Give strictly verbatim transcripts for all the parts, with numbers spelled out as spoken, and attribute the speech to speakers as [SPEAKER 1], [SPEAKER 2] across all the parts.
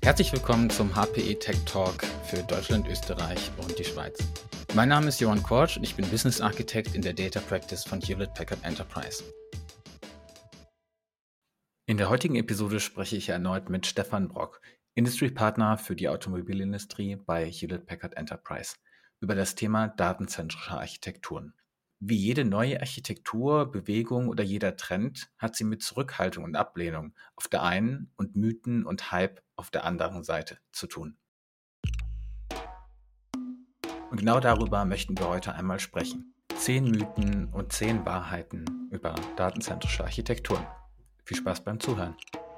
[SPEAKER 1] Herzlich willkommen zum H P E Tech Talk für Deutschland, Österreich und die Schweiz. Mein Name ist Johann Kortsch und ich bin Business Architect in der Data Practice von Hewlett Packard Enterprise. In der heutigen Episode spreche ich erneut mit Stefan Brock, Industry Partner für die Automobilindustrie bei Hewlett Packard Enterprise, über das Thema datenzentrische Architekturen. Wie jede neue Architektur, Bewegung oder jeder Trend hat sie mit Zurückhaltung und Ablehnung auf der einen und Mythen und Hype auf der anderen Seite zu tun. Und genau darüber möchten wir heute einmal sprechen. Zehn Mythen und zehn Wahrheiten über datenzentrische Architekturen. Viel Spaß beim Zuhören.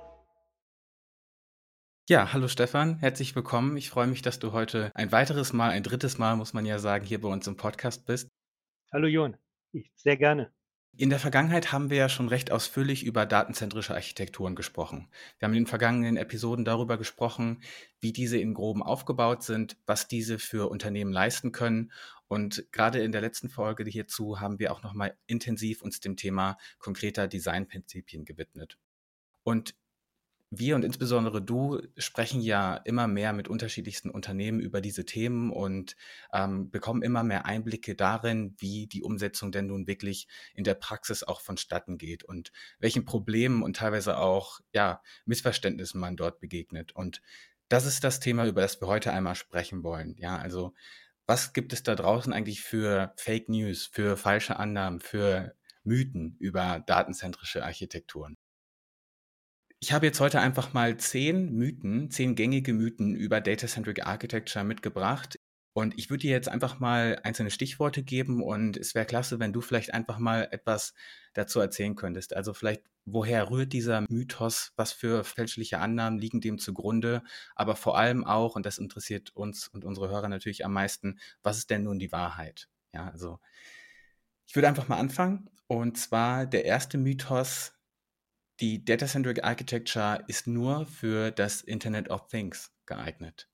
[SPEAKER 1] Ja, hallo Stefan, herzlich willkommen. Ich freue mich, dass du heute ein weiteres Mal, ein drittes Mal, muss man ja sagen, hier bei uns im Podcast bist.
[SPEAKER 2] Hallo Johann, ich sehr gerne.
[SPEAKER 1] In der Vergangenheit haben wir ja schon recht ausführlich über datenzentrische Architekturen gesprochen. Wir haben in den vergangenen Episoden darüber gesprochen, wie diese in Groben aufgebaut sind, was diese für Unternehmen leisten können. Und gerade in der letzten Folge hierzu haben wir auch nochmal intensiv uns dem Thema konkreter Designprinzipien gewidmet. Und wir und insbesondere du sprechen ja immer mehr mit unterschiedlichsten Unternehmen über diese Themen und ähm, bekommen immer mehr Einblicke darin, wie die Umsetzung denn nun wirklich in der Praxis auch vonstatten geht und welchen Problemen und teilweise auch ja, Missverständnissen man dort begegnet. Und das ist das Thema, über das wir heute einmal sprechen wollen. Ja, also was gibt es da draußen eigentlich für Fake News, für falsche Annahmen, für Mythen über datenzentrische Architekturen? Ich habe jetzt heute einfach mal zehn Mythen, zehn gängige Mythen über Data-Centric Architecture mitgebracht. Und ich würde dir jetzt einfach mal einzelne Stichworte geben und es wäre klasse, wenn du vielleicht einfach mal etwas dazu erzählen könntest. Also vielleicht, woher rührt dieser Mythos? Was für fälschliche Annahmen liegen dem zugrunde? Aber vor allem auch, und das interessiert uns und unsere Hörer natürlich am meisten, was ist denn nun die Wahrheit? Ja, also ich würde einfach mal anfangen. Und zwar der erste Mythos: Die Data-Centric Architecture ist nur für das Internet of Things geeignet.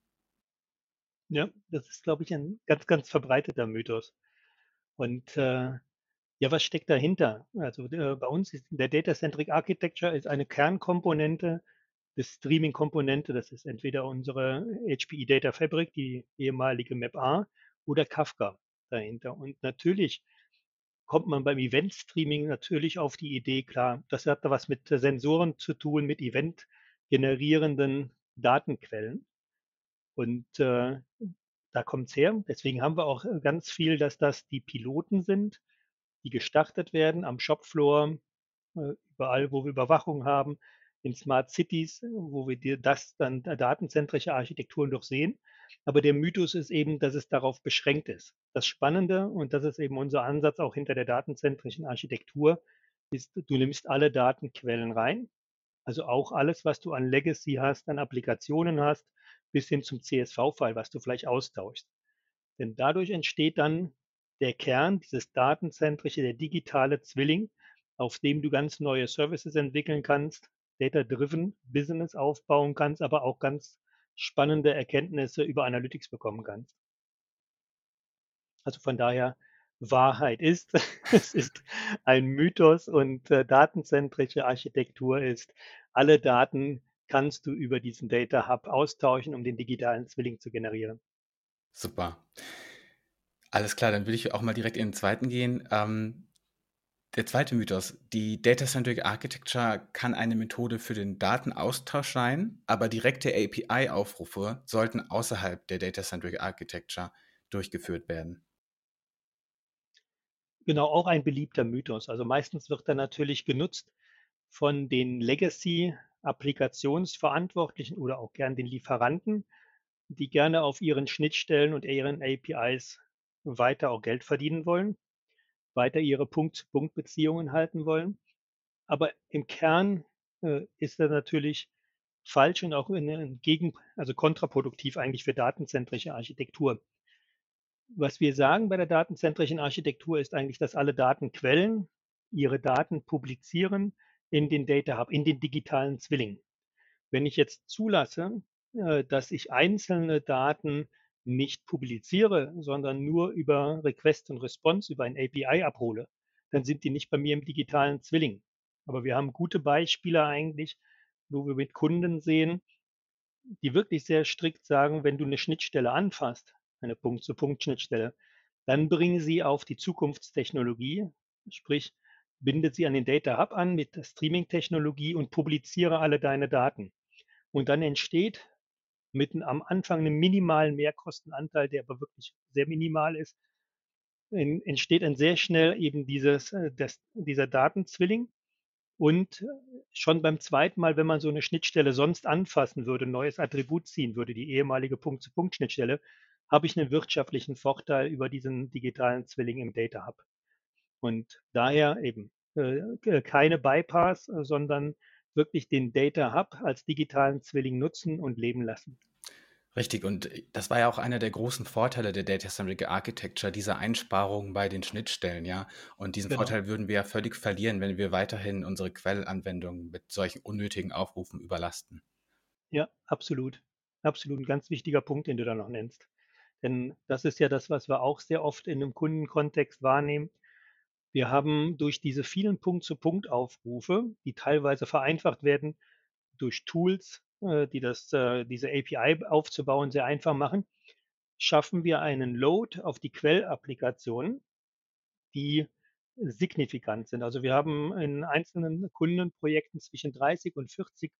[SPEAKER 2] Ja, das ist, glaube ich, ein ganz, ganz verbreiteter Mythos. Und äh, ja, was steckt dahinter? Also äh, bei uns ist in der Data-Centric Architecture ist eine Kernkomponente, das Streaming-Komponente, das ist entweder unsere H P E Data Fabric, die ehemalige MapR, oder Kafka dahinter. Und natürlich kommt man beim Event-Streaming natürlich auf die Idee, klar, das hat da was mit Sensoren zu tun, mit Event generierenden Datenquellen. Und äh, da kommt's her. Deswegen haben wir auch äh, ganz viel, dass das die Piloten sind, die gestartet werden am Shopfloor, äh, überall, wo wir Überwachung haben, in Smart Cities, äh, wo wir dir das dann äh, datenzentrische Architekturen doch sehen. Aber der Mythos ist eben, dass es darauf beschränkt ist. Das Spannende, und das ist eben unser Ansatz auch hinter der datenzentrischen Architektur, ist, du nimmst alle Datenquellen rein, also auch alles, was du an Legacy hast, an Applikationen hast, bis hin zum C S V-File, was du vielleicht austauschst. Denn dadurch entsteht dann der Kern, dieses datenzentrische, der digitale Zwilling, auf dem du ganz neue Services entwickeln kannst, Data-Driven Business aufbauen kannst, aber auch ganz spannende Erkenntnisse über Analytics bekommen kannst. Also von daher, Wahrheit ist, es ist ein Mythos und äh, datenzentrische Architektur ist, alle Daten kannst du über diesen Data Hub austauschen, um den digitalen Zwilling zu generieren.
[SPEAKER 1] Super. Alles klar, dann würde ich auch mal direkt in den zweiten gehen. Ähm, der zweite Mythos: Die Data-Centric Architecture kann eine Methode für den Datenaustausch sein, aber direkte A P I-Aufrufe sollten außerhalb der Data-Centric Architecture durchgeführt werden.
[SPEAKER 2] Genau, auch ein beliebter Mythos. Also meistens wird er natürlich genutzt von den Legacy-Applikationsverantwortlichen oder auch gern den Lieferanten, die gerne auf ihren Schnittstellen und ihren A P Is weiter auch Geld verdienen wollen, weiter ihre Punkt-zu-Punkt-Beziehungen halten wollen. Aber im Kern äh, ist er natürlich falsch und auch in, in gegen, also kontraproduktiv eigentlich für datenzentrische Architektur. Was wir sagen bei der datenzentrischen Architektur ist eigentlich, dass alle Datenquellen ihre Daten publizieren in den Data Hub, in den digitalen Zwilling. Wenn ich jetzt zulasse, äh, dass ich einzelne Daten nicht publiziere, sondern nur über Request und Response, über ein A P I abhole, dann sind die nicht bei mir im digitalen Zwilling. Aber wir haben gute Beispiele eigentlich, wo wir mit Kunden sehen, die wirklich sehr strikt sagen, wenn du eine Schnittstelle anfasst, eine Punkt-zu-Punkt-Schnittstelle, dann bringe sie auf die Zukunftstechnologie, sprich, binde sie an den Data Hub an mit der Streaming-Technologie und publiziere alle deine Daten. Und dann entsteht mitten am Anfang 'nen minimalen Mehrkostenanteil, der aber wirklich sehr minimal ist, en entsteht dann sehr schnell eben dieses äh, das dieser Datenzwilling. Und, äh, schon beim zweiten Mal, wenn man so 'ne Schnittstelle sonst anfassen würde, 'n neues Attribut ziehen würde, die ehemalige Punkt-zu-Punkt-Schnittstelle, habe ich 'nen wirtschaftlichen Vorteil über diesen digitalen Zwilling im Data Hub. Und daher eben, äh, k keine Bypass, äh, sondern wirklich den Data Hub als digitalen Zwilling nutzen und leben lassen.
[SPEAKER 1] Richtig, und äh, das war ja auch einer der großen Vorteile der Data-Centric Architecture, diese Einsparungen bei den Schnittstellen, ja. Und diesen
[SPEAKER 2] Genau.
[SPEAKER 1] Vorteil würden wir ja völlig verlieren, wenn wir weiterhin unsere Quellanwendungen mit solchen unnötigen Aufrufen überlasten.
[SPEAKER 2] Ja, absolut. Absolut 'n ganz wichtiger Punkt, den du da noch nennst. Denn das ist ja das, was wir auch sehr oft in 'nem Kundenkontext wahrnehmen. Wir haben durch diese vielen Punkt-zu-Punkt-Aufrufe, die teilweise vereinfacht werden durch Tools, äh, die das äh, diese A P I aufzubauen sehr einfach machen, schaffen wir einen Load auf die Quellapplikationen, die signifikant sind. Also, wir haben in einzelnen Kundenprojekten zwischen dreißig und vierzig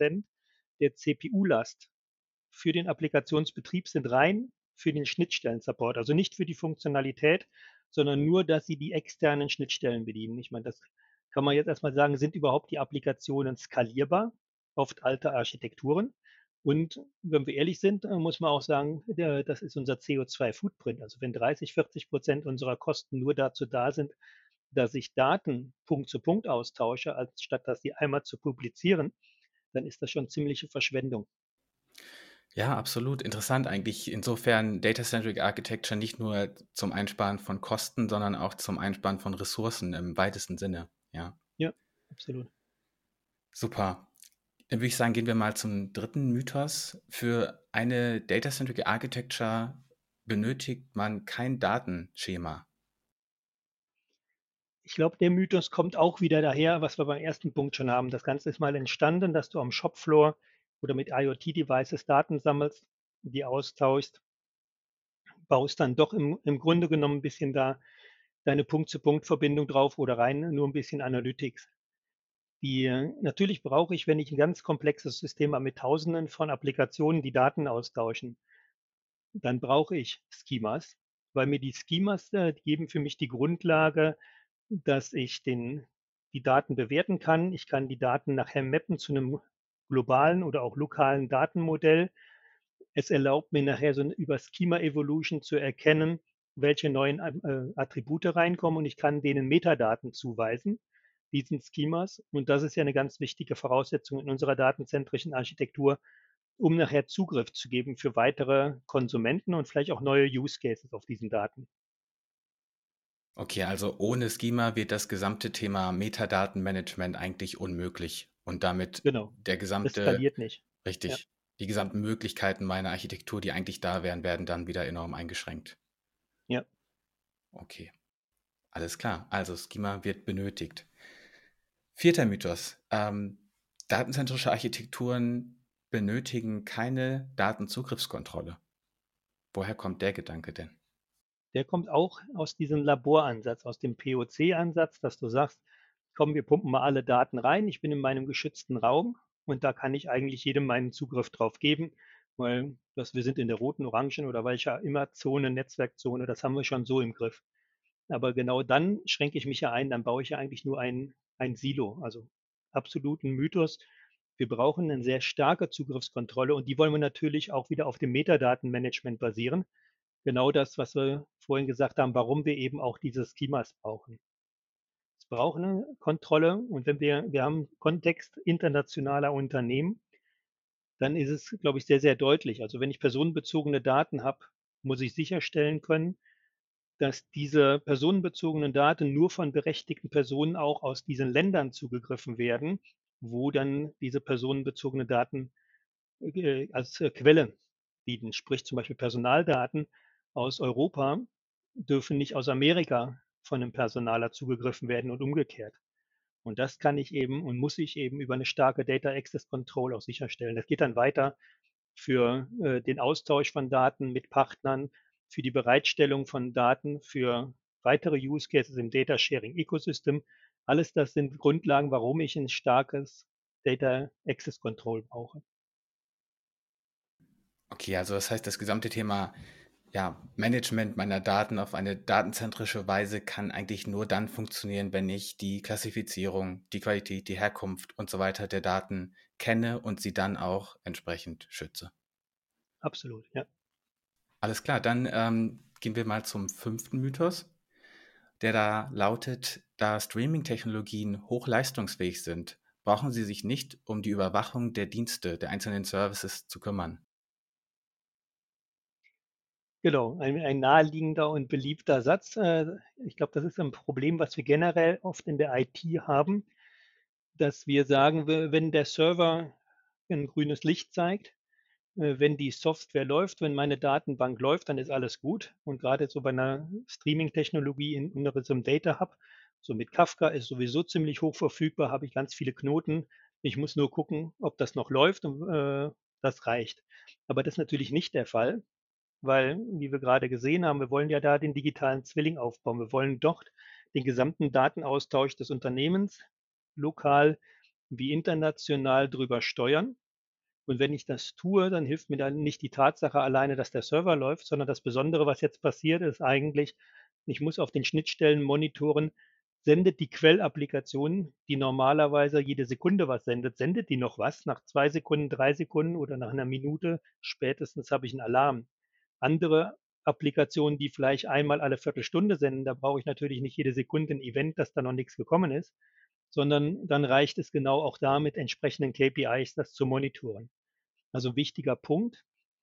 [SPEAKER 2] der C P U-Last für den Applikationsbetrieb sind rein für den Schnittstellen-Support, also nicht für die Funktionalität, sondern nur, dass sie die externen Schnittstellen bedienen. Ich meine, das kann man jetzt erst mal sagen, sind überhaupt die Applikationen skalierbar? Oft alte Architekturen. Und wenn wir ehrlich sind, äh, muss man auch sagen, der das ist unser C O zwei Footprint. Also, wenn dreißig, vierzig unserer Kosten nur dazu da sind, dass ich Daten Punkt zu Punkt austausche, als statt dass die einmal zu publizieren, dann ist das schon ziemliche Verschwendung.
[SPEAKER 1] Ja, absolut. Interessant eigentlich. Insofern Data-Centric Architecture nicht nur zum Einsparen von Kosten, sondern auch zum Einsparen von Ressourcen im weitesten Sinne. Ja,
[SPEAKER 2] Ja, absolut.
[SPEAKER 1] super. Dann würde ich sagen, gehen wir mal zum dritten Mythos. Für eine Data-Centric Architecture benötigt man kein Datenschema.
[SPEAKER 2] Ich glaube, der Mythos kommt auch wieder daher, was wir beim ersten Punkt schon haben. Das Ganze ist mal entstanden, dass du am Shopfloor oder mit IoT-Devices Daten sammelst, die austauschst, baust dann doch im im Grunde genommen 'n bisschen da deine Punkt-zu-Punkt-Verbindung drauf oder rein nur 'n bisschen Analytics. Die äh, natürlich brauche ich, wenn ich 'n ganz komplexes System habe mit Tausenden von Applikationen, die Daten austauschen, dann brauche ich Schemas, weil mir die Schemas, äh, die geben für mich die Grundlage, dass ich den die Daten bewerten kann. Ich kann die Daten nachher mappen zu 'nem globalen oder auch lokalen Datenmodell. Es erlaubt mir nachher so 'n über Schema Evolution zu erkennen, welche neuen At äh, Attribute reinkommen und ich kann denen Metadaten zuweisen, diesen Schemas. Und das ist ja 'ne ganz wichtige Voraussetzung in unserer datenzentrischen Architektur, um nachher Zugriff zu geben für weitere Konsumenten und vielleicht auch neue Use Cases auf diesen Daten.
[SPEAKER 1] Okay, also ohne Schema wird das gesamte Thema Metadatenmanagement eigentlich unmöglich und damit
[SPEAKER 2] Genau.
[SPEAKER 1] der
[SPEAKER 2] Das
[SPEAKER 1] gesamte
[SPEAKER 2] skaliert nicht. Ja,
[SPEAKER 1] richtig, die gesamten Möglichkeiten meiner Architektur, die eigentlich da wären, werden dann wieder enorm eingeschränkt.
[SPEAKER 2] ja.
[SPEAKER 1] Okay, alles klar. Also Schema wird benötigt. Vierter Mythos. Ähm, datenzentrische Architekturen benötigen keine Datenzugriffskontrolle. Woher kommt der Gedanke denn?
[SPEAKER 2] Der kommt auch aus diesem Laboransatz, aus dem P O C-Ansatz, dass du sagst: „Komm, wir pumpen mal alle Daten rein. Ich bin in meinem geschützten Raum und da kann ich eigentlich jedem meinen Zugriff drauf geben, weil das wir sind in der roten, orangen oder welcher immer Zone, Netzwerkzone, das haben wir schon so im Griff.“ Aber genau dann schränke ich mich ja ein, dann baue ich ja eigentlich nur ein ein Silo, also absoluten Mythos. Wir brauchen 'nen sehr starke Zugriffskontrolle und die wollen wir natürlich auch wieder auf dem Metadatenmanagement basieren. Genau das, was wir vorhin gesagt haben, warum wir eben auch diese Schemas brauchen. Es braucht 'ne Kontrolle und wenn wir wir haben Kontext internationaler Unternehmen, dann ist es, glaube ich, sehr, sehr deutlich. Also, wenn ich personenbezogene Daten habe, muss ich sicherstellen können, dass diese personenbezogenen Daten nur von berechtigten Personen auch aus diesen Ländern zugegriffen werden, wo dann diese personenbezogenen Daten, äh, als, äh, Quelle dienen. Sprich zum Beispiel Personaldaten aus Europa dürfen nicht aus Amerika von 'nem Personaler zugegriffen werden und umgekehrt. Und das kann ich eben und muss ich eben über 'ne starke Data Access Control auch sicherstellen. Das geht dann weiter. für äh, den Austausch von Daten mit Partnern, für die Bereitstellung von Daten, für weitere Use Cases im Data Sharing Ecosystem. Alles das sind Grundlagen, warum ich ein starkes Data Access Control brauche.
[SPEAKER 1] Okay, also das heißt, das gesamte Thema, ja, Management meiner Daten auf eine datenzentrische Weise kann eigentlich nur dann funktionieren, wenn ich die Klassifizierung, die Qualität, die Herkunft und so weiter der Daten kenne und sie dann auch entsprechend schütze.
[SPEAKER 2] Absolut, ja.
[SPEAKER 1] Alles klar, dann ähm, gehen wir mal zum fünften Mythos, der da lautet, da Streaming-Technologien hochleistungsfähig sind, brauchen sie sich nicht um die Überwachung der Dienste, der einzelnen Services zu kümmern.
[SPEAKER 2] Genau, ein ein naheliegender und beliebter Satz. Äh, ich glaube, das ist ein Problem, was wir generell oft in der I T haben, dass wir sagen, we wenn der Server ein grünes Licht zeigt, äh, wenn die Software läuft, wenn meine Datenbank läuft, dann ist alles gut. Und gerade so bei einer Streaming-Technologie in unserem Data Hub, so mit Kafka, ist sowieso ziemlich hoch verfügbar, habe ich ganz viele Knoten. Ich muss nur gucken, ob das noch läuft und äh, das reicht. Aber das ist natürlich nicht der Fall, weil, wie wir gerade gesehen haben, wir wollen ja da den digitalen Zwilling aufbauen. Wir wollen dort den gesamten Datenaustausch des Unternehmens lokal wie international drüber steuern. Und wenn ich das tue, dann hilft mir dann nicht die Tatsache alleine, dass der Server läuft, sondern das Besondere, was jetzt passiert, ist eigentlich, ich muss auf den Schnittstellen monitoren, sendet die Quellapplikation, die normalerweise jede Sekunde was sendet, sendet die noch was? Nach zwei Sekunden, drei Sekunden oder nach einer Minute spätestens habe ich einen Alarm. Andere Applikationen, die vielleicht einmal alle Viertelstunde senden, da brauche ich natürlich nicht jede Sekunde ein Event, dass da noch nichts gekommen ist, sondern dann reicht es genau auch da mit entsprechenden K P Is, das zu monitoren. Also wichtiger Punkt,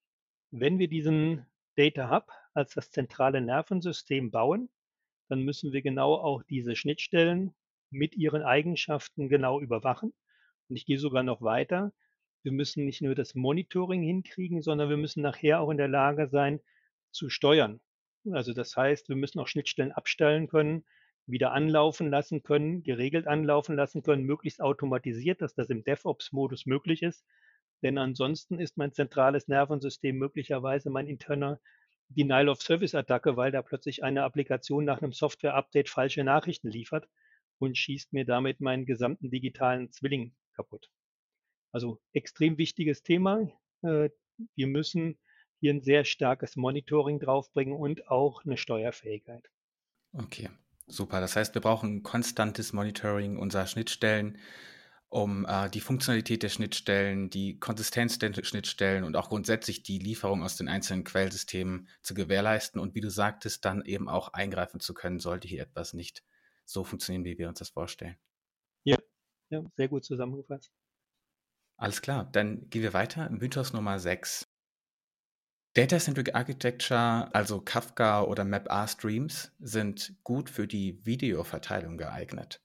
[SPEAKER 2] wenn wir diesen Data Hub als das zentrale Nervensystem bauen, dann müssen wir genau auch diese Schnittstellen mit ihren Eigenschaften genau überwachen. Und ich gehe sogar noch weiter. Wir müssen nicht nur das Monitoring hinkriegen, sondern wir müssen nachher auch in der Lage sein, zu steuern. Also das heißt, wir müssen auch Schnittstellen abstellen können, wieder anlaufen lassen können, geregelt anlaufen lassen können, möglichst automatisiert, dass das im DevOps-Modus möglich ist. Denn ansonsten ist mein zentrales Nervensystem möglicherweise mein interner Denial-of-Service-Attacke, weil da plötzlich eine Applikation nach einem Software-Update falsche Nachrichten liefert und schießt mir damit meinen gesamten digitalen Zwilling kaputt. Also extrem wichtiges Thema. Äh, wir müssen hier ein sehr starkes Monitoring draufbringen und auch eine Steuerfähigkeit.
[SPEAKER 1] Okay, super. Das heißt, wir brauchen konstantes Monitoring unserer Schnittstellen, um äh, die Funktionalität der Schnittstellen, die Konsistenz der Schnittstellen und auch grundsätzlich die Lieferung aus den einzelnen Quellsystemen zu gewährleisten und wie du sagtest, dann eben auch eingreifen zu können, sollte hier etwas nicht so funktionieren, wie wir uns das vorstellen.
[SPEAKER 2] Ja, ja, sehr gut zusammengefasst.
[SPEAKER 1] Alles klar, dann gehen wir weiter. Mythos Nummer sechs. Data-Centric Architecture, also Kafka oder MapR-Streams, sind gut für die Videoverteilung geeignet.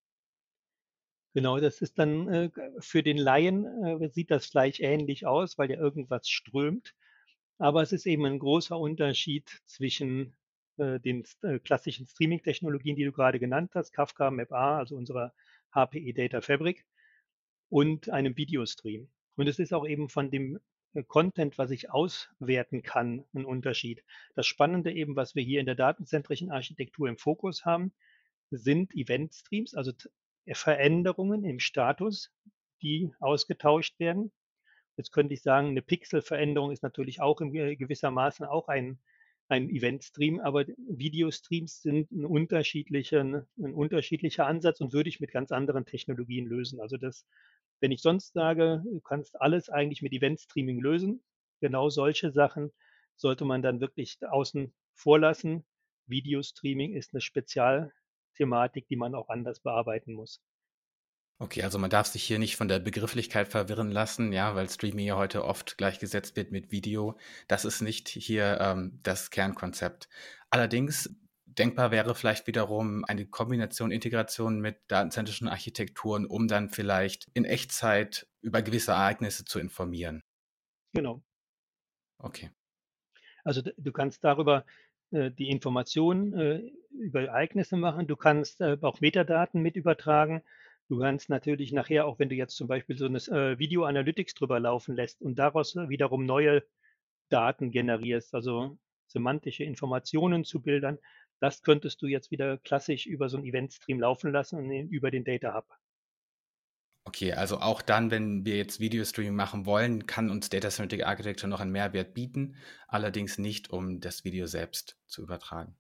[SPEAKER 2] Genau, das ist dann äh, für den Laien äh, sieht das gleich ähnlich aus, weil ja irgendwas strömt. Aber es ist eben ein großer Unterschied zwischen äh, den äh, klassischen Streaming-Technologien, die du gerade genannt hast, Kafka, MapR, also unserer H P E Data Fabric, und einem Videostream. Und es ist auch eben von dem äh, Content, was ich auswerten kann, ein Unterschied. Das Spannende eben, was wir hier in der datenzentrischen Architektur im Fokus haben, sind Event-Streams, also Veränderungen im Status, die ausgetauscht werden. Jetzt könnte ich sagen, eine Pixelveränderung ist natürlich auch in gewissermaßen auch ein, ein Event-Stream, aber Videostreams sind ein unterschiedlicher, ein unterschiedlicher Ansatz und würde ich mit ganz anderen Technologien lösen. Also das, wenn ich sonst sage, du kannst alles eigentlich mit Event-Streaming lösen, genau solche Sachen sollte man dann wirklich außen vor lassen. Videostreaming ist eine Spezialthematik, die man auch anders bearbeiten muss.
[SPEAKER 1] Okay, also man darf sich hier nicht von der Begrifflichkeit verwirren lassen, ja, weil Streaming ja heute oft gleichgesetzt wird mit Video. Das ist nicht hier ähm, das Kernkonzept. Allerdings denkbar wäre vielleicht wiederum eine Kombination, Integration mit datenzentrischen Architekturen, um dann vielleicht in Echtzeit über gewisse Ereignisse zu informieren.
[SPEAKER 2] Genau.
[SPEAKER 1] Okay.
[SPEAKER 2] Also d du kannst darüber äh, die Informationen äh, über Ereignisse machen. Du kannst äh, auch Metadaten mit übertragen. Du kannst natürlich nachher, auch wenn du jetzt zum Beispiel so 'ne äh, Video Analytics drüber laufen lässt und daraus äh, wiederum neue Daten generierst, also semantische Informationen zu Bildern, das könntest du jetzt wieder klassisch über so 'n Event-Stream laufen lassen und den über den Data Hub.
[SPEAKER 1] Okay, also auch dann, wenn wir jetzt Videostreaming machen wollen, kann uns Data Centric Architecture noch einen Mehrwert bieten, allerdings nicht, um das Video selbst zu übertragen.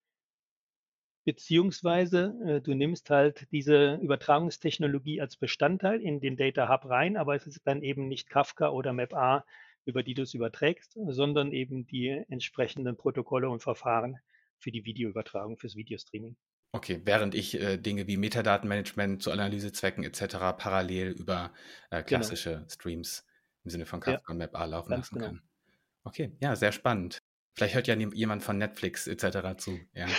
[SPEAKER 2] Beziehungsweise, äh, du nimmst halt diese Übertragungstechnologie als Bestandteil in den Data Hub rein, aber es ist dann eben nicht Kafka oder MapR, über die du es überträgst, sondern eben die entsprechenden Protokolle und Verfahren für die Videoübertragung, fürs Videostreaming.
[SPEAKER 1] Okay, während ich, äh, Dinge wie Metadatenmanagement zu Analysezwecken et cetera parallel über, äh,
[SPEAKER 2] Genau,
[SPEAKER 1] klassische Streams im Sinne von
[SPEAKER 2] ja,
[SPEAKER 1] Kafka und MapR laufen
[SPEAKER 2] ganz
[SPEAKER 1] lassen
[SPEAKER 2] genau.
[SPEAKER 1] kann. Okay, ja, sehr spannend. Vielleicht hört ja nie jemand von Netflix et cetera zu, ja.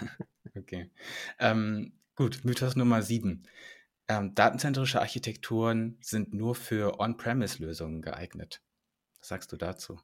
[SPEAKER 1] Okay. Ähm, gut, Mythos Nummer sieben. Ähm, datenzentrische Architekturen sind nur für On-Premise-Lösungen geeignet. Was sagst du dazu?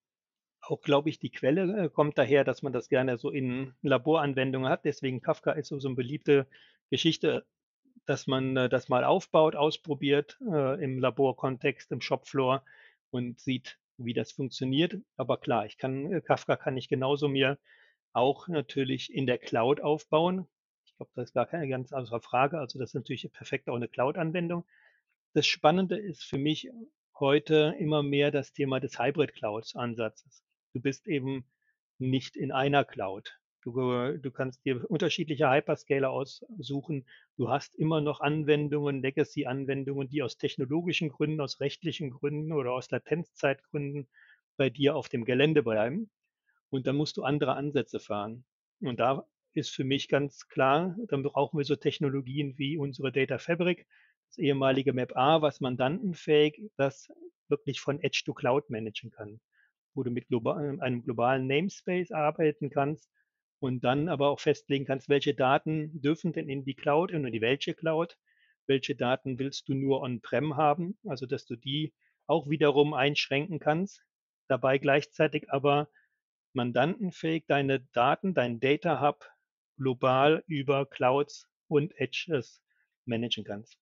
[SPEAKER 2] Auch, glaube ich, die Quelle, äh, kommt daher, dass man das gerne so in Laboranwendungen hat. Deswegen Kafka ist so so 'ne beliebte Geschichte, dass man, äh, das mal aufbaut, ausprobiert, äh, im Laborkontext, im Shopfloor und sieht, wie das funktioniert. Aber klar, ich kann äh, Kafka kann ich genauso mir auch natürlich in der Cloud aufbauen. Ich glaube, das ist gar keine ganz außer Frage. Also, das ist natürlich perfekt auch 'ne Cloud-Anwendung. Das Spannende ist für mich heute immer mehr das Thema des Hybrid-Clouds-Ansatzes. Du bist eben nicht in einer Cloud. Du, äh, du kannst dir unterschiedliche Hyperscaler aussuchen. Du hast immer noch Anwendungen, Legacy-Anwendungen, die aus technologischen Gründen, aus rechtlichen Gründen oder aus Latenzzeitgründen bei dir auf dem Gelände bleiben. Und dann musst du andere Ansätze fahren. Und da ist für mich ganz klar, dann brauchen wir so Technologien wie unsere Data Fabric, das ehemalige MapR, was mandantenfähig das wirklich von Edge to Cloud managen kann, wo du mit global einem globalen Namespace arbeiten kannst und dann aber auch festlegen kannst, welche Daten dürfen denn in die Cloud und in die welche Cloud, welche Daten willst du nur on-prem haben, also dass du die auch wiederum einschränken kannst, dabei gleichzeitig aber mandantenfähig deine Daten, dein Data Hub global über Clouds und Edges managen kannst.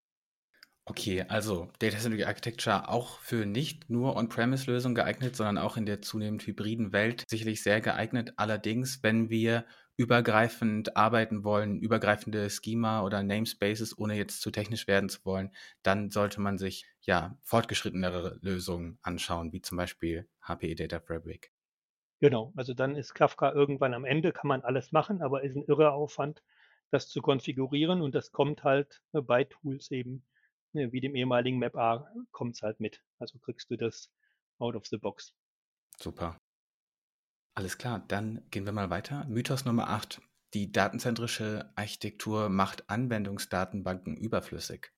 [SPEAKER 1] Okay, also Data-Centric Architecture auch für nicht nur On-Premise-Lösungen geeignet, sondern auch in der zunehmend hybriden Welt sicherlich sehr geeignet. Allerdings, wenn wir übergreifend arbeiten wollen, übergreifende Schema oder Namespaces, ohne jetzt zu technisch werden zu wollen, dann sollte man sich ja fortgeschrittenere Lösungen anschauen, wie zum Beispiel H P E Data Fabric.
[SPEAKER 2] Genau, also dann ist Kafka irgendwann am Ende, kann man alles machen, aber ist 'n irrer Aufwand, das zu konfigurieren und das kommt halt, äh, bei Tools eben, ne, wie dem ehemaligen MapR kommt's halt mit. Also kriegst du das out of the box.
[SPEAKER 1] Super. Alles klar, dann gehen wir mal weiter. Mythos Nummer acht. Die datenzentrische Architektur macht Anwendungsdatenbanken überflüssig.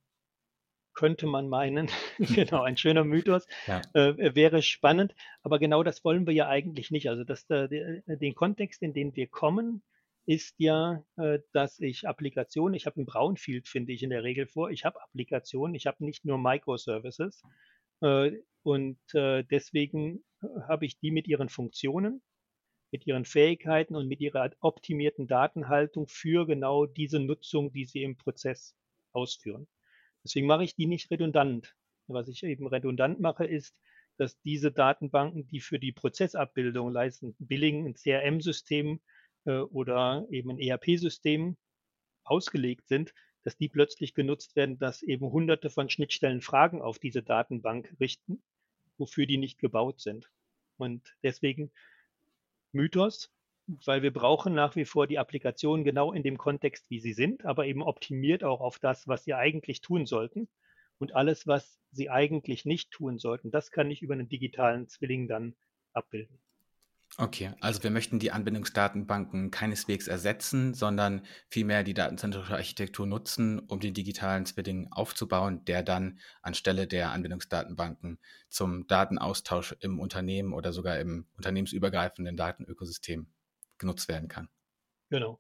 [SPEAKER 2] Könnte man meinen, genau, ein schöner Mythos,
[SPEAKER 1] Ja.
[SPEAKER 2] äh, wäre spannend, aber genau das wollen wir ja eigentlich nicht. Also, das äh, de den Kontext, in den wir kommen, ist ja, äh, dass ich Applikationen ich habe 'n Brownfield, finde ich in der Regel vor. Ich habe Applikationen, ich habe nicht nur Microservices, äh, und, äh, deswegen äh, habe ich die mit ihren Funktionen, mit ihren Fähigkeiten und mit ihrer optimierten Datenhaltung für genau diese Nutzung, die sie im Prozess ausführen. Deswegen mache ich die nicht redundant. Was ich eben redundant mache, ist, dass diese Datenbanken, die für die Prozessabbildung leisten, Billing, 'n C R M-System, äh, oder eben 'n E R P-System ausgelegt sind, dass die plötzlich genutzt werden, dass eben Hunderte von Schnittstellen Fragen auf diese Datenbank richten, wofür die nicht gebaut sind. Und deswegen Mythos, weil wir brauchen nach wie vor die Applikation genau in dem Kontext, wie sie sind, aber eben optimiert auch auf das, was sie eigentlich tun sollten. Und alles, was sie eigentlich nicht tun sollten, das kann ich über einen digitalen Zwilling dann abbilden.
[SPEAKER 1] Okay, also wir möchten die Anbindungsdatenbanken keineswegs ersetzen, sondern vielmehr die datenzentrische Architektur nutzen, um den digitalen Zwilling aufzubauen, der dann anstelle der Anbindungsdatenbanken zum Datenaustausch im Unternehmen oder sogar im unternehmensübergreifenden Datenökosystem genutzt werden kann.
[SPEAKER 2] Genau.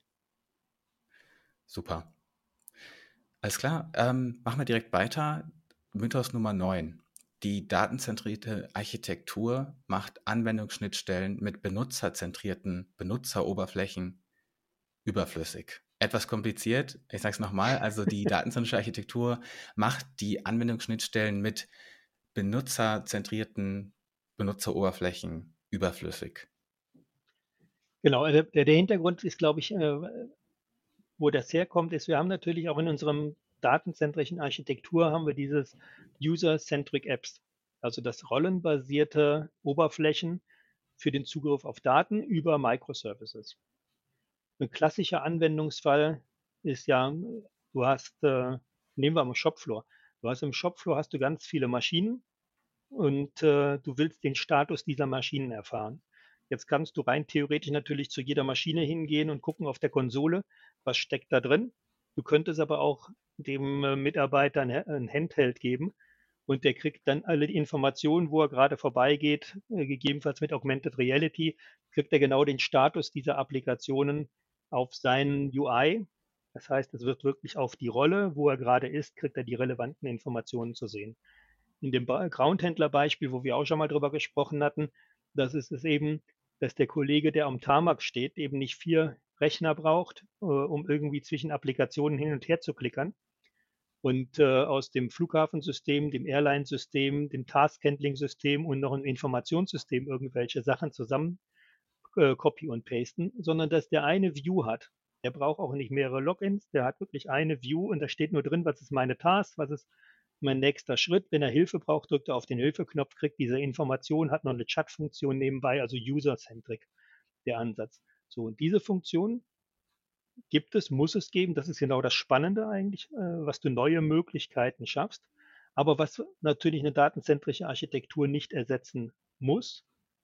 [SPEAKER 1] Super. Alles klar, ähm, machen wir direkt weiter. Mythos Nummer neun. Die datenzentrierte Architektur macht Anwendungsschnittstellen mit benutzerzentrierten Benutzeroberflächen überflüssig. Etwas kompliziert. Ich sage es nochmal, also die datenzentrische Architektur macht die Anwendungsschnittstellen mit benutzerzentrierten Benutzeroberflächen überflüssig.
[SPEAKER 2] Genau, also der, der Hintergrund ist, glaube ich, äh, wo das herkommt, ist, wir haben natürlich auch in unserem datenzentrischen Architektur haben wir dieses User-Centric Apps, also das rollenbasierte Oberflächen für den Zugriff auf Daten über Microservices. Ein klassischer Anwendungsfall ist ja, du hast, äh, nehmen wir mal Shopfloor. Du hast im Shopfloor hast du ganz viele Maschinen und äh, du willst den Status dieser Maschinen erfahren. Jetzt kannst du rein theoretisch natürlich zu jeder Maschine hingehen und gucken auf der Konsole, was steckt da drin. Du könntest aber auch dem äh, Mitarbeiter ein, ein Handheld geben und der kriegt dann alle die Informationen, wo er gerade vorbeigeht, äh, gegebenenfalls mit Augmented Reality, kriegt er genau den Status dieser Applikationen auf seinen U I. Das heißt, es wird wirklich auf die Rolle, wo er gerade ist, kriegt er die relevanten Informationen zu sehen. In dem Groundhändler-Beispiel, wo wir auch schon mal drüber gesprochen hatten, das ist es eben, dass der Kollege, der am Tarmac steht, eben nicht vier Rechner braucht, äh, um irgendwie zwischen Applikationen hin und her zu klickern. Und äh, aus dem Flughafensystem, dem Airline-System, dem Task-Handling-System und noch ein Informationssystem irgendwelche Sachen zusammen äh, copy und pasten, sondern dass der eine View hat. Der braucht auch nicht mehrere Logins, der hat wirklich eine View und da steht nur drin, was ist meine Task, was ist mein nächster Schritt. Wenn er Hilfe braucht, drückt er auf den Hilfeknopf, kriegt diese Information, hat noch eine Chat-Funktion nebenbei, also user-centric der Ansatz. So, und diese Funktion gibt es, muss es geben. Das ist genau das Spannende eigentlich, äh, was du neue Möglichkeiten schaffst. Aber was natürlich eine datenzentrische Architektur nicht ersetzen muss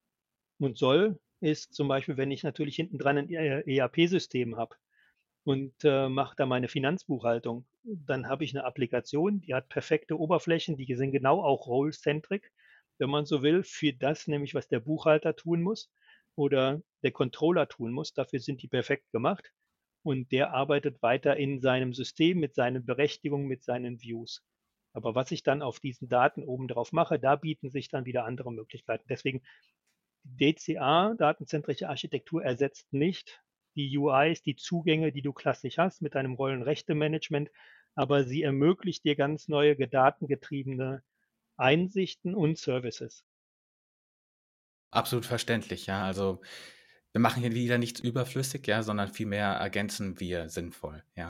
[SPEAKER 2] und soll, ist zum Beispiel, wenn ich natürlich hinten dran ein E R P-System habe und äh, mache da meine Finanzbuchhaltung, dann habe ich eine Applikation, die hat perfekte Oberflächen, die sind genau auch role-centric, wenn man so will, für das nämlich, was der Buchhalter tun muss oder der Controller tun muss. Dafür sind die perfekt gemacht und der arbeitet weiter in seinem System mit seinen Berechtigungen, mit seinen Views. Aber was ich dann auf diesen Daten oben drauf mache, da bieten sich dann wieder andere Möglichkeiten. Deswegen D C A, datenzentrische Architektur, ersetzt nicht die U Is, die Zugänge, die du klassisch hast mit deinem Rollenrechte-Management, aber sie ermöglicht dir ganz neue datengetriebene Einsichten und Services.
[SPEAKER 1] Absolut verständlich, ja. Also wir machen hier wieder nichts überflüssig, ja, sondern vielmehr ergänzen wir sinnvoll, ja.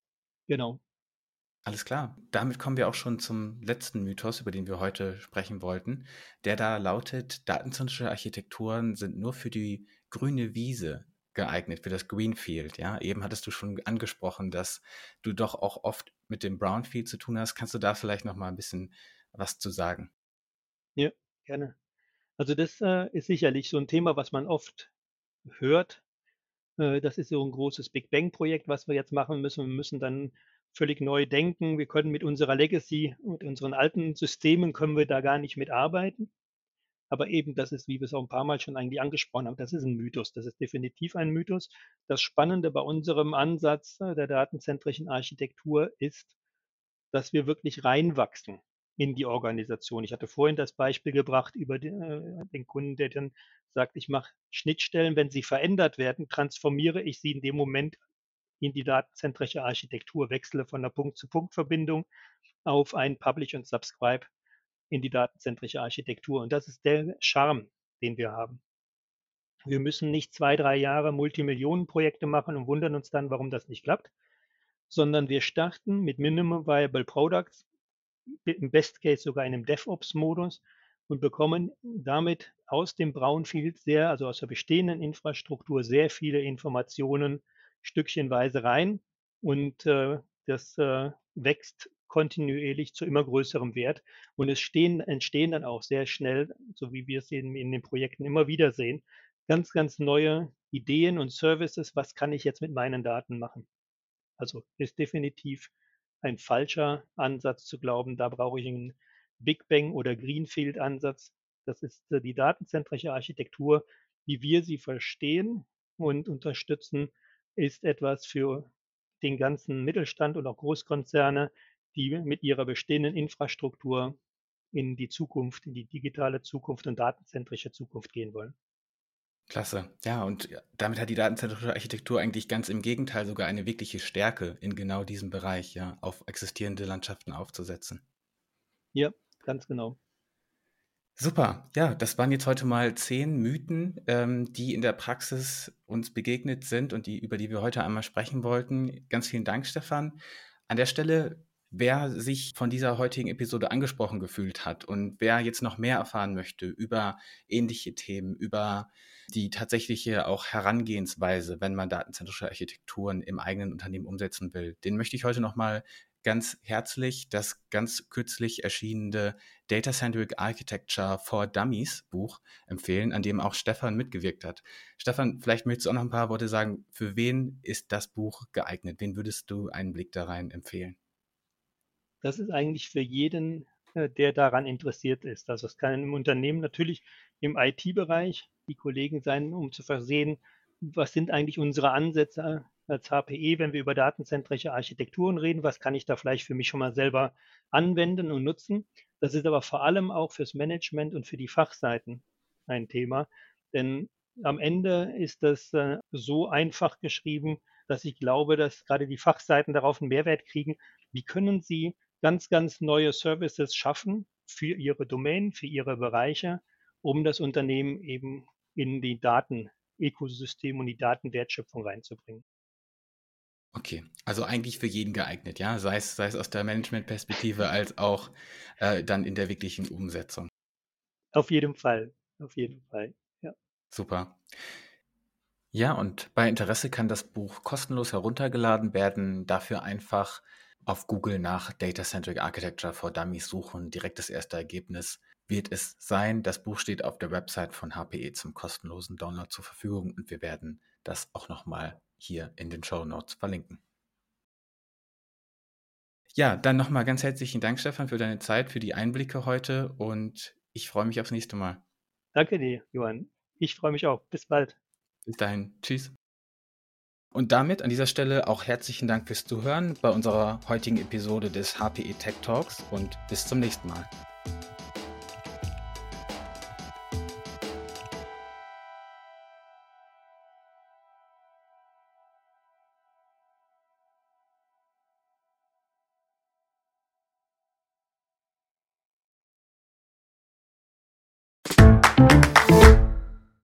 [SPEAKER 2] Genau.
[SPEAKER 1] Alles klar. Damit kommen wir auch schon zum letzten Mythos, über den wir heute sprechen wollten. Der da lautet, datenzentrische Architekturen sind nur für die grüne Wiese geeignet, für das Greenfield. Ja, eben hattest du schon angesprochen, dass du doch auch oft mit dem Brownfield zu tun hast. Kannst du da vielleicht noch mal ein bisschen was zu sagen?
[SPEAKER 2] Ja, gerne. Also das äh, ist sicherlich so ein Thema, was man oft hört. Äh, das ist so ein großes Big Bang-Projekt, was wir jetzt machen müssen. Wir müssen dann völlig neu denken. Wir können mit unserer Legacy, mit unseren alten Systemen können wir da gar nicht mitarbeiten. Aber eben, das ist, wie wir es auch ein paar Mal schon eigentlich angesprochen haben, das ist ein Mythos. Das ist definitiv ein Mythos. Das Spannende bei unserem Ansatz äh, der datenzentrischen Architektur ist, dass wir wirklich reinwachsen in die Organisation. Ich hatte vorhin das Beispiel gebracht über den, äh, den Kunden, der dann sagt, ich mache Schnittstellen, wenn sie verändert werden, transformiere ich sie in dem Moment in die datenzentrische Architektur, wechsle von einer Punkt-zu-Punkt-Verbindung auf ein Publish und Subscribe in die datenzentrische Architektur. Und das ist der Charme, den wir haben. Wir müssen nicht zwei, drei Jahre Multimillionenprojekte machen und wundern uns dann, warum das nicht klappt, sondern wir starten mit Minimum Viable Products, im Best Case sogar in einem DevOps-Modus und bekommen damit aus dem Brownfield sehr, also aus der bestehenden Infrastruktur, sehr viele Informationen stückchenweise rein und äh, das äh, wächst kontinuierlich zu immer größerem Wert und es stehen, entstehen dann auch sehr schnell, so wie wir es in, in den Projekten immer wieder sehen, ganz, ganz neue Ideen und Services, was kann ich jetzt mit meinen Daten machen. Also ist definitiv ein falscher Ansatz zu glauben, da brauche ich einen Big Bang oder Greenfield Ansatz. Das ist äh, die datenzentrische Architektur, wie wir sie verstehen und unterstützen, ist etwas für den ganzen Mittelstand und auch Großkonzerne, die mit ihrer bestehenden Infrastruktur in die Zukunft, in die digitale Zukunft und datenzentrische Zukunft gehen wollen.
[SPEAKER 1] Klasse. Ja, und ja, damit hat die datenzentrische Architektur eigentlich ganz im Gegenteil sogar eine wirkliche Stärke in genau diesem Bereich, ja, auf existierende Landschaften aufzusetzen.
[SPEAKER 2] Ja, ganz genau.
[SPEAKER 1] Super, ja, das waren jetzt heute mal zehn Mythen, ähm, die in der Praxis uns begegnet sind und die, über die wir heute einmal sprechen wollten. Ganz vielen Dank, Stefan. An der Stelle, wer sich von dieser heutigen Episode angesprochen gefühlt hat und wer jetzt noch mehr erfahren möchte über ähnliche Themen, über die tatsächliche auch Herangehensweise, wenn man datenzentrische Architekturen im eigenen Unternehmen umsetzen will, den möchte ich heute noch mal ganz herzlich das ganz kürzlich erschienene Data-Centric Architecture for Dummies Buch empfehlen, an dem auch Stefan mitgewirkt hat. Stefan, vielleicht möchtest du auch noch ein paar Worte sagen, für wen ist das Buch geeignet? Wen würdest du einen Blick da rein empfehlen?
[SPEAKER 2] Das ist eigentlich für jeden, äh, der daran interessiert ist. Also es kann im Unternehmen natürlich im I T-Bereich die Kollegen sein, um zu versehen, was sind eigentlich unsere Ansätze als H P E, wenn wir über datenzentrische Architekturen reden, was kann ich da vielleicht für mich schon mal selber anwenden und nutzen. Das ist aber vor allem auch fürs Management und für die Fachseiten ein Thema, denn am Ende ist das äh, so einfach geschrieben, dass ich glaube, dass gerade die Fachseiten darauf einen Mehrwert kriegen. Wie können sie ganz, ganz neue Services schaffen für ihre Domain, für ihre Bereiche, um das Unternehmen eben in die Datenökosystem und die Datenwertschöpfung reinzubringen.
[SPEAKER 1] Okay, also eigentlich für jeden geeignet, ja, sei es, sei es aus der Managementperspektive als auch äh, dann in der wirklichen Umsetzung.
[SPEAKER 2] Auf jeden Fall, auf jeden Fall. Ja,
[SPEAKER 1] Super. Ja, und bei Interesse kann das Buch kostenlos heruntergeladen werden. Dafür einfach auf Google nach Data-Centric Architecture for Dummies suchen. Direkt das erste Ergebnis wird es sein. Das Buch steht auf der Website von H P E zum kostenlosen Download zur Verfügung und wir werden das auch nochmal hier in den Show Notes verlinken. Ja, dann nochmal ganz herzlichen Dank, Stefan, für deine Zeit, für die Einblicke heute und ich freue mich aufs nächste Mal.
[SPEAKER 2] danke dir, Johann. Ich freue mich auch. Bis bald.
[SPEAKER 1] Bis dahin, tschüss. Und damit an dieser Stelle auch herzlichen Dank fürs Zuhören bei unserer heutigen Episode des H P E Tech Talks und bis zum nächsten Mal.